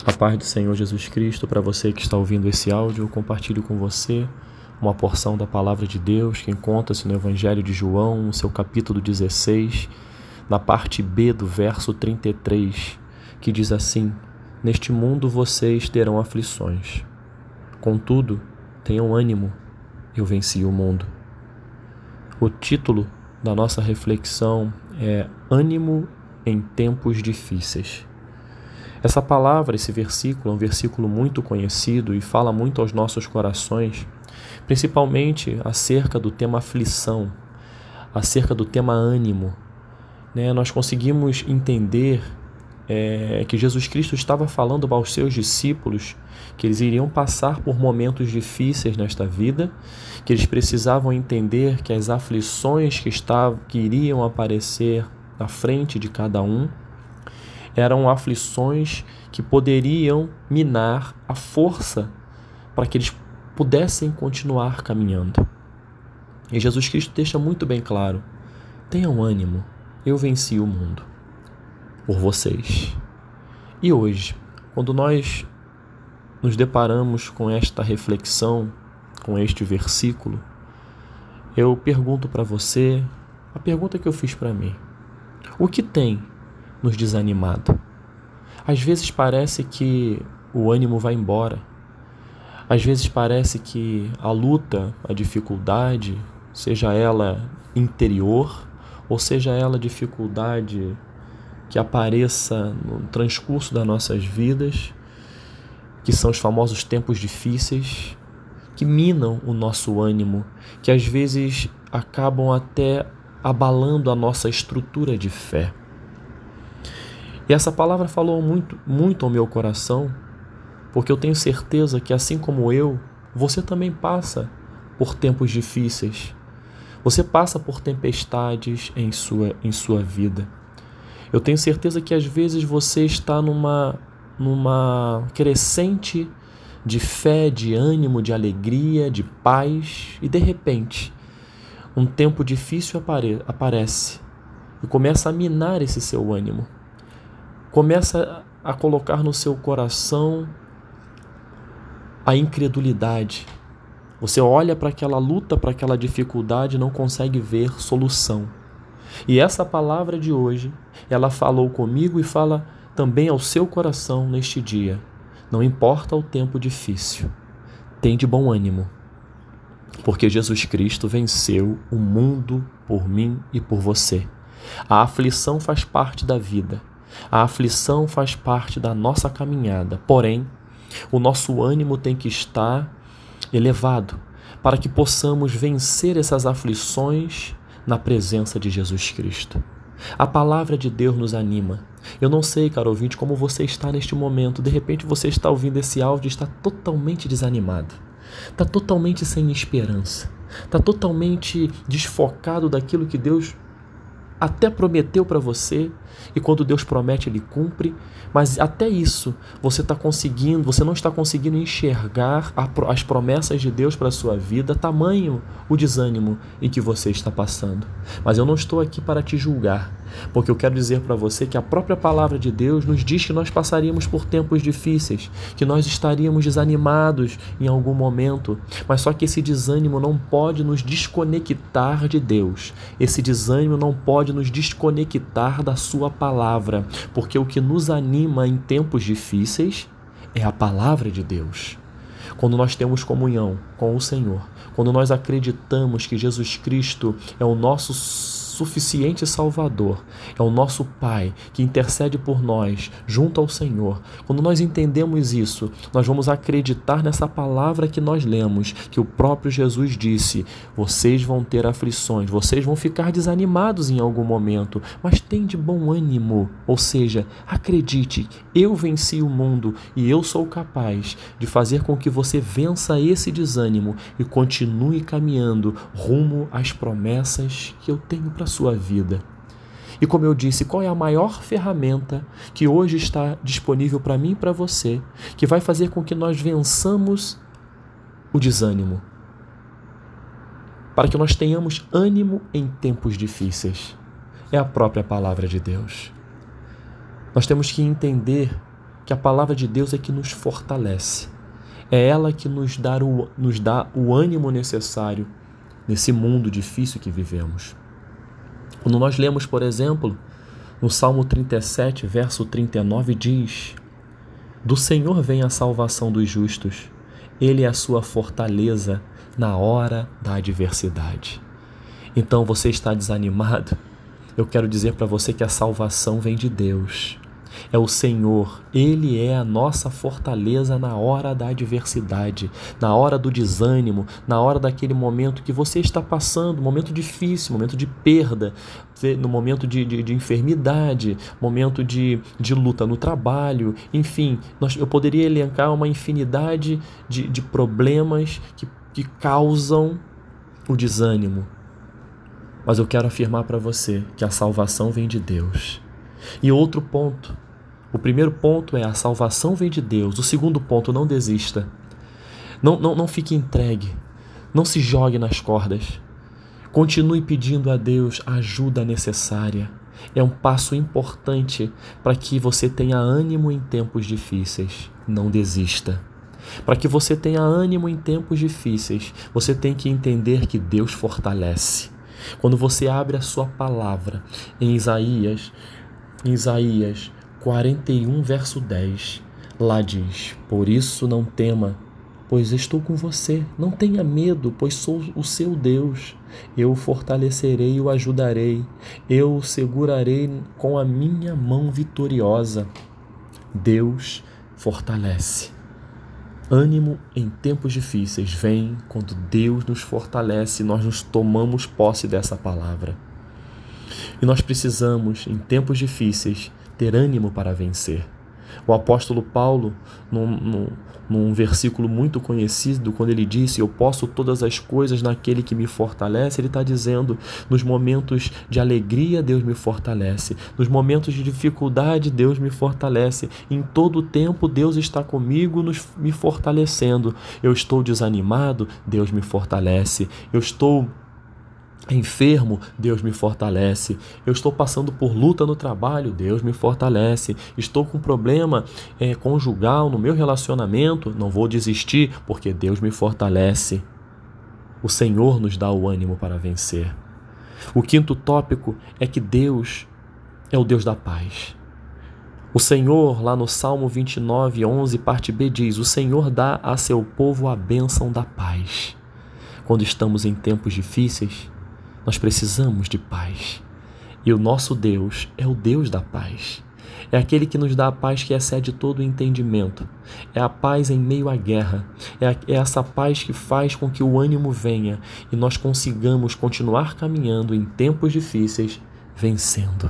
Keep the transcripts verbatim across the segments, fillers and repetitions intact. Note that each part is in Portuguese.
A paz do Senhor Jesus Cristo. Para você que está ouvindo esse áudio, eu compartilho com você uma porção da Palavra de Deus que encontra-se no Evangelho de João, no seu capítulo dezesseis, na parte B do verso trinta e três, que diz assim: Neste mundo vocês terão aflições. Contudo, tenham ânimo, eu venci o mundo. O título da nossa reflexão é Ânimo em Tempos Difíceis. Essa palavra, esse versículo, é um versículo muito conhecido e fala muito aos nossos corações, principalmente acerca do tema aflição, acerca do tema ânimo. Né? Nós conseguimos entender é, que Jesus Cristo estava falando aos seus discípulos que eles iriam passar por momentos difíceis nesta vida, que eles precisavam entender que as aflições que, estavam, que iriam aparecer na frente de cada um eram aflições que poderiam minar a força para que eles pudessem continuar caminhando. E Jesus Cristo deixa muito bem claro: tenham ânimo, eu venci o mundo por vocês. E hoje, quando nós nos deparamos com esta reflexão, com este versículo, eu pergunto para você a pergunta que eu fiz para mim: o que tem nos desanimado? Às vezes parece que o ânimo vai embora. Às vezes parece que a luta, a dificuldade, seja ela interior ou seja ela dificuldade que apareça no transcurso das nossas vidas, que são os famosos tempos difíceis, que minam o nosso ânimo, que às vezes acabam até abalando a nossa estrutura de fé. E essa palavra falou muito, muito ao meu coração, porque eu tenho certeza que, assim como eu, você também passa por tempos difíceis. Você passa por tempestades em sua, em sua vida. Eu tenho certeza que às vezes você está numa, numa crescente de fé, de ânimo, de alegria, de paz, e de repente um tempo difícil apare, aparece e começa a minar esse seu ânimo. Começa a colocar no seu coração a incredulidade. Você olha para aquela luta, para aquela dificuldade e não consegue ver solução. E essa palavra de hoje, ela falou comigo e fala também ao seu coração neste dia. Não importa o tempo difícil, tem de bom ânimo, porque Jesus Cristo venceu o mundo por mim e por você. A aflição faz parte da vida. A aflição faz parte da nossa caminhada, porém, o nosso ânimo tem que estar elevado para que possamos vencer essas aflições na presença de Jesus Cristo. A palavra de Deus nos anima. Eu não sei, caro ouvinte, como você está neste momento. De repente você está ouvindo esse áudio e está totalmente desanimado, está totalmente sem esperança, está totalmente desfocado daquilo que Deus até prometeu para você, e quando Deus promete, Ele cumpre, mas até isso você está conseguindo, você não está conseguindo enxergar as promessas de Deus para a sua vida, tamanho o desânimo em que você está passando. Mas eu não estou aqui para te julgar, porque eu quero dizer para você que a própria palavra de Deus nos diz que nós passaríamos por tempos difíceis, que nós estaríamos desanimados em algum momento, mas só que esse desânimo não pode nos desconectar de Deus, esse desânimo não pode nos desconectar da sua palavra, porque o que nos anima em tempos difíceis é a palavra de Deus. Quando nós temos comunhão com o Senhor, quando nós acreditamos que Jesus Cristo é o nosso suficiente Salvador, é o nosso Pai que intercede por nós junto ao Senhor, quando nós entendemos isso, nós vamos acreditar nessa palavra que nós lemos, que o próprio Jesus disse: vocês vão ter aflições, vocês vão ficar desanimados em algum momento, mas tem de bom ânimo, ou seja, acredite, eu venci o mundo e eu sou capaz de fazer com que você vença esse desânimo e continue caminhando rumo às promessas que eu tenho para a sua vida. E como eu disse, qual é a maior ferramenta que hoje está disponível para mim e para você, que vai fazer com que nós vençamos o desânimo, para que nós tenhamos ânimo em tempos difíceis? É a própria palavra de Deus. Nós temos que entender que a palavra de Deus é que nos fortalece. É ela que nos dá o, nos dá o ânimo necessário nesse mundo difícil que vivemos. Quando nós lemos, por exemplo, no Salmo trinta e sete, verso trinta e nove, diz: do Senhor vem a salvação dos justos, Ele é a sua fortaleza na hora da adversidade. Então você está desanimado? Eu quero dizer para você que a salvação vem de Deus. É o Senhor, Ele é a nossa fortaleza na hora da adversidade, na hora do desânimo, na hora daquele momento que você está passando, momento difícil, momento de perda, no momento de, de, de enfermidade, momento de, de luta no trabalho, enfim, nós, eu poderia elencar uma infinidade de, de problemas que, que causam o desânimo. Mas eu quero afirmar para você que a salvação vem de Deus. E outro ponto, o primeiro ponto é a salvação vem de Deus. O segundo ponto, não desista. Não, não, não fique entregue. Não se jogue nas cordas. Continue pedindo a Deus a ajuda necessária. É um passo importante para que você tenha ânimo em tempos difíceis. Não desista. Para que você tenha ânimo em tempos difíceis, você tem que entender que Deus fortalece. Quando você abre a sua palavra em Isaías, em Isaías quarenta e um, verso dez, lá diz: por isso não tema, pois estou com você. Não tenha medo, pois sou o seu Deus. Eu o fortalecerei e o ajudarei. Eu o segurarei com a minha mão vitoriosa. Deus fortalece. Ânimo em tempos difíceis vem quando Deus nos fortalece e nós nos tomamos posse dessa palavra. E nós precisamos, em tempos difíceis, ter ânimo para vencer. O apóstolo Paulo, num, num, num versículo muito conhecido, quando ele disse: eu posso todas as coisas naquele que me fortalece, ele está dizendo: nos momentos de alegria Deus me fortalece, nos momentos de dificuldade Deus me fortalece, em todo o tempo Deus está comigo, nos, me fortalecendo. Eu estou desanimado, Deus me fortalece. Eu estou enfermo, Deus me fortalece. Eu estou passando por luta no trabalho, Deus me fortalece. Estou com problema é, conjugal no meu relacionamento, não vou desistir, porque Deus me fortalece. O Senhor nos dá o ânimo para vencer. O quinto tópico é que Deus é o Deus da paz. O Senhor, lá no Salmo vinte e nove, onze, parte B, diz: o Senhor dá a seu povo a bênção da paz. Quando estamos em tempos difíceis, nós precisamos de paz. E o nosso Deus é o Deus da paz. É aquele que nos dá a paz que excede todo o entendimento. É a paz em meio à guerra. É, a, é essa paz que faz com que o ânimo venha e nós consigamos continuar caminhando em tempos difíceis, vencendo.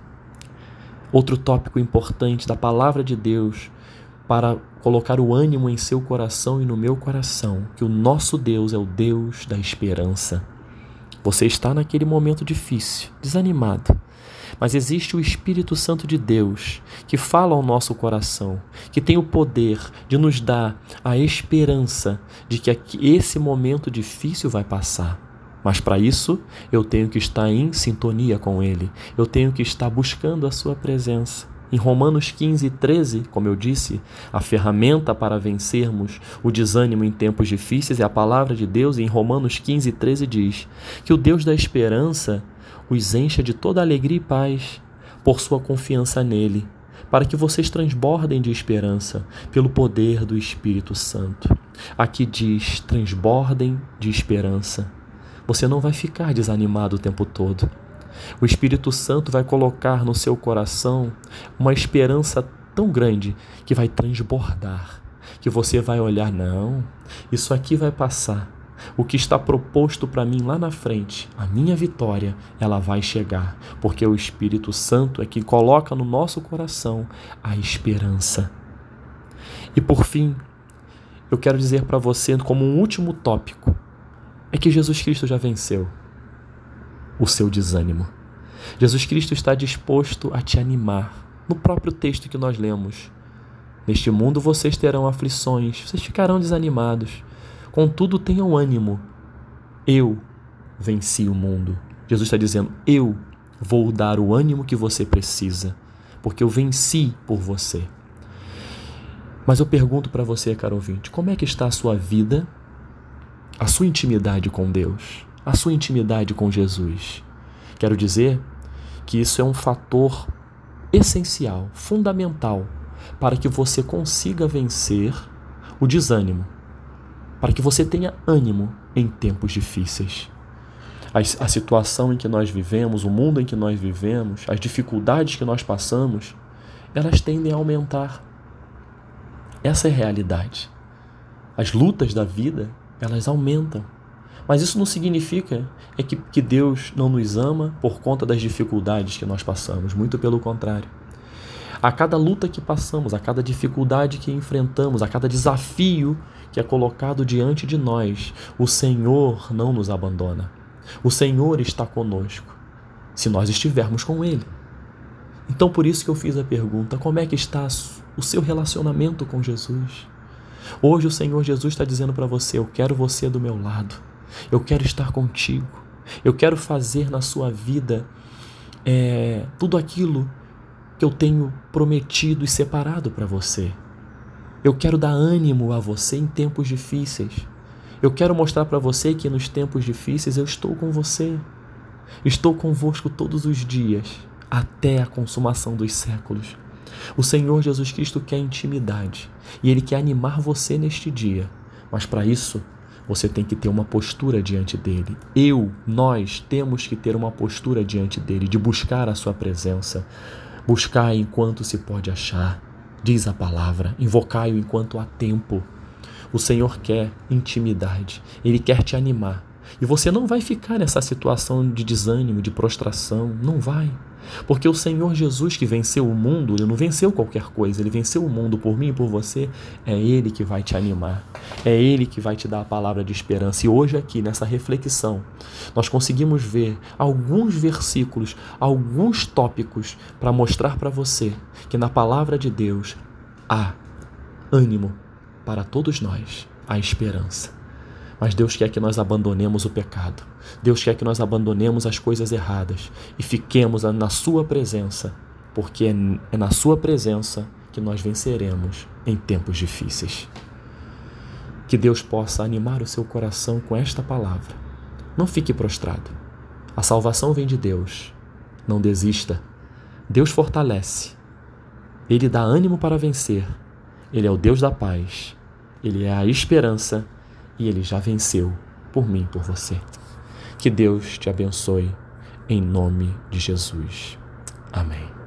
Outro tópico importante da palavra de Deus para colocar o ânimo em seu coração e no meu coração, que o nosso Deus é o Deus da esperança. Você está naquele momento difícil, desanimado, mas existe o Espírito Santo de Deus que fala ao nosso coração, que tem o poder de nos dar a esperança de que esse momento difícil vai passar. Mas para isso, eu tenho que estar em sintonia com Ele, eu tenho que estar buscando a sua presença. Em Romanos quinze, treze, como eu disse, a ferramenta para vencermos o desânimo em tempos difíceis é a palavra de Deus. E em Romanos quinze, treze diz que o Deus da esperança os encha de toda alegria e paz por sua confiança nele, para que vocês transbordem de esperança pelo poder do Espírito Santo. Aqui diz: transbordem de esperança. Você não vai ficar desanimado o tempo todo. O Espírito Santo vai colocar no seu coração uma esperança tão grande que vai transbordar, que você vai olhar: não, isso aqui vai passar. O que está proposto para mim lá na frente, a minha vitória, ela vai chegar, porque o Espírito Santo é quem coloca no nosso coração a esperança. E por fim, eu quero dizer para você, como um último tópico, é que Jesus Cristo já venceu o seu desânimo. Jesus Cristo está disposto a te animar. No próprio texto que nós lemos: neste mundo vocês terão aflições, vocês ficarão desanimados. Contudo, tenham ânimo. Eu venci o mundo. Jesus está dizendo: eu vou dar o ânimo que você precisa, porque eu venci por você. Mas eu pergunto para você, caro ouvinte, como é que está a sua vida, a sua intimidade com Deus, a sua intimidade com Jesus? Quero dizer que isso é um fator essencial, fundamental, para que você consiga vencer o desânimo, para que você tenha ânimo em tempos difíceis. A, a situação em que nós vivemos, o mundo em que nós vivemos, as dificuldades que nós passamos, elas tendem a aumentar. Essa é a realidade. As lutas da vida, elas aumentam. Mas isso não significa é que, que Deus não nos ama por conta das dificuldades que nós passamos. Muito pelo contrário. A cada luta que passamos, a cada dificuldade que enfrentamos, a cada desafio que é colocado diante de nós, o Senhor não nos abandona. O Senhor está conosco, se nós estivermos com Ele. Então, por isso que eu fiz a pergunta, como é que está o seu relacionamento com Jesus? Hoje o Senhor Jesus está dizendo para você, eu quero você do meu lado, eu quero estar contigo, eu quero fazer na sua vida é, tudo aquilo que eu tenho prometido e separado para você. Eu quero dar ânimo a você em tempos difíceis. Eu quero mostrar para você que nos tempos difíceis eu estou com você. Estou convosco todos os dias, até a consumação dos séculos. O Senhor Jesus Cristo quer intimidade e Ele quer animar você neste dia. Mas para isso, você tem que ter uma postura diante dEle. Eu, nós temos que ter uma postura diante dEle, de buscar a sua presença. Buscar enquanto se pode achar, diz a palavra, invocai-o enquanto há tempo. O Senhor quer intimidade, Ele quer te animar. E você não vai ficar nessa situação de desânimo, de prostração, não vai. Porque o Senhor Jesus que venceu o mundo, Ele não venceu qualquer coisa, Ele venceu o mundo por mim e por você, é Ele que vai te animar, é Ele que vai te dar a palavra de esperança. E hoje aqui, nessa reflexão, nós conseguimos ver alguns versículos, alguns tópicos para mostrar para você que na palavra de Deus há ânimo para todos nós, há esperança. Mas Deus quer que nós abandonemos o pecado. Deus quer que nós abandonemos as coisas erradas e fiquemos na sua presença, porque é na sua presença que nós venceremos em tempos difíceis. Que Deus possa animar o seu coração com esta palavra. Não fique prostrado. A salvação vem de Deus. Não desista. Deus fortalece. Ele dá ânimo para vencer. Ele é o Deus da paz. Ele é a esperança. E Ele já venceu por mim e por você. Que Deus te abençoe, em nome de Jesus. Amém.